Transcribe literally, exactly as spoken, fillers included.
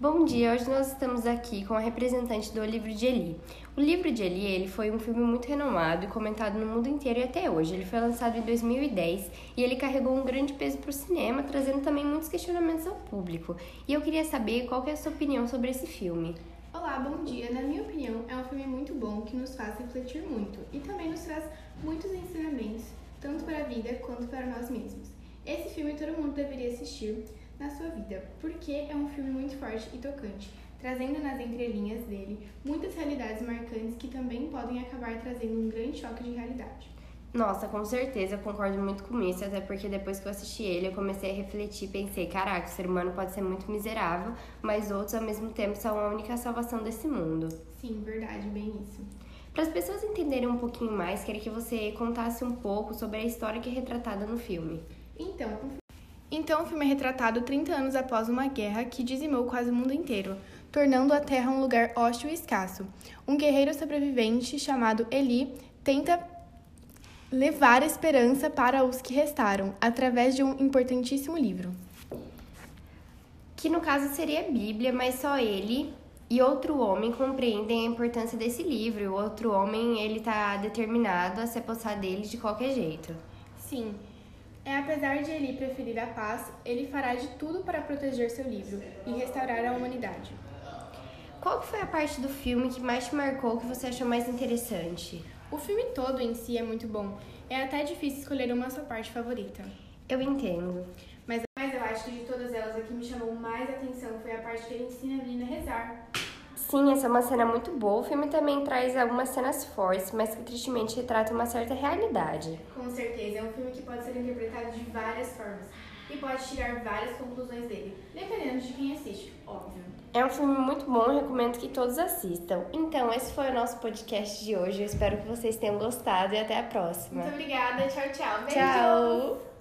Bom dia, hoje nós estamos aqui com a representante do Livro de Eli. O Livro de Eli ele foi um filme muito renomado e comentado no mundo inteiro e até hoje. Ele foi lançado em dois mil e dez e ele carregou um grande peso para o cinema, trazendo também muitos questionamentos ao público. E eu queria saber qual que é a sua opinião sobre esse filme. Olá, bom dia. Na minha opinião, é um filme muito bom que nos faz refletir muito e também nos traz muitos ensinamentos, tanto para a vida quanto para nós mesmos. Esse filme todo mundo deveria assistir na sua vida, porque é um filme muito forte e tocante, trazendo nas entrelinhas dele muitas realidades marcantes que também podem acabar trazendo um grande choque de realidade. Nossa, com certeza, eu concordo muito com isso, até porque depois que eu assisti ele, eu comecei a refletir e pensei, caraca, o ser humano pode ser muito miserável, mas outros, ao mesmo tempo, são a única salvação desse mundo. Sim, verdade, bem isso. Para as pessoas entenderem um pouquinho mais, queria que você contasse um pouco sobre a história que é retratada no filme. Então, então, o filme é retratado trinta anos após uma guerra que dizimou quase o mundo inteiro, tornando a Terra um lugar hostil e escasso. Um guerreiro sobrevivente chamado Eli tenta levar esperança para os que restaram, através de um importantíssimo livro. Que no caso seria a Bíblia, mas só ele e outro homem compreendem a importância desse livro. E o outro homem, ele está determinado a se apossar dele de qualquer jeito. Sim. É, apesar de Eli preferir a paz, ele fará de tudo para proteger seu livro e restaurar a humanidade. Qual foi a parte do filme que mais te marcou, que você achou mais interessante? O filme todo em si é muito bom. É até difícil escolher uma sua parte favorita. Eu entendo. Mas, mas eu acho que de todas elas, a que me chamou mais atenção foi a parte que ele ensina a menina a rezar. Sim, essa é uma cena muito boa. O filme também traz algumas cenas fortes, mas que tristemente retrata uma certa realidade. Com certeza, é um filme que pode ser interpretado de várias formas e pode tirar várias conclusões dele, dependendo de quem assiste, óbvio. É um filme muito bom, eu recomendo que todos assistam. Então, esse foi o nosso podcast de hoje. Eu espero que vocês tenham gostado e até a próxima. Muito obrigada, tchau, tchau. Beijo! Tchau!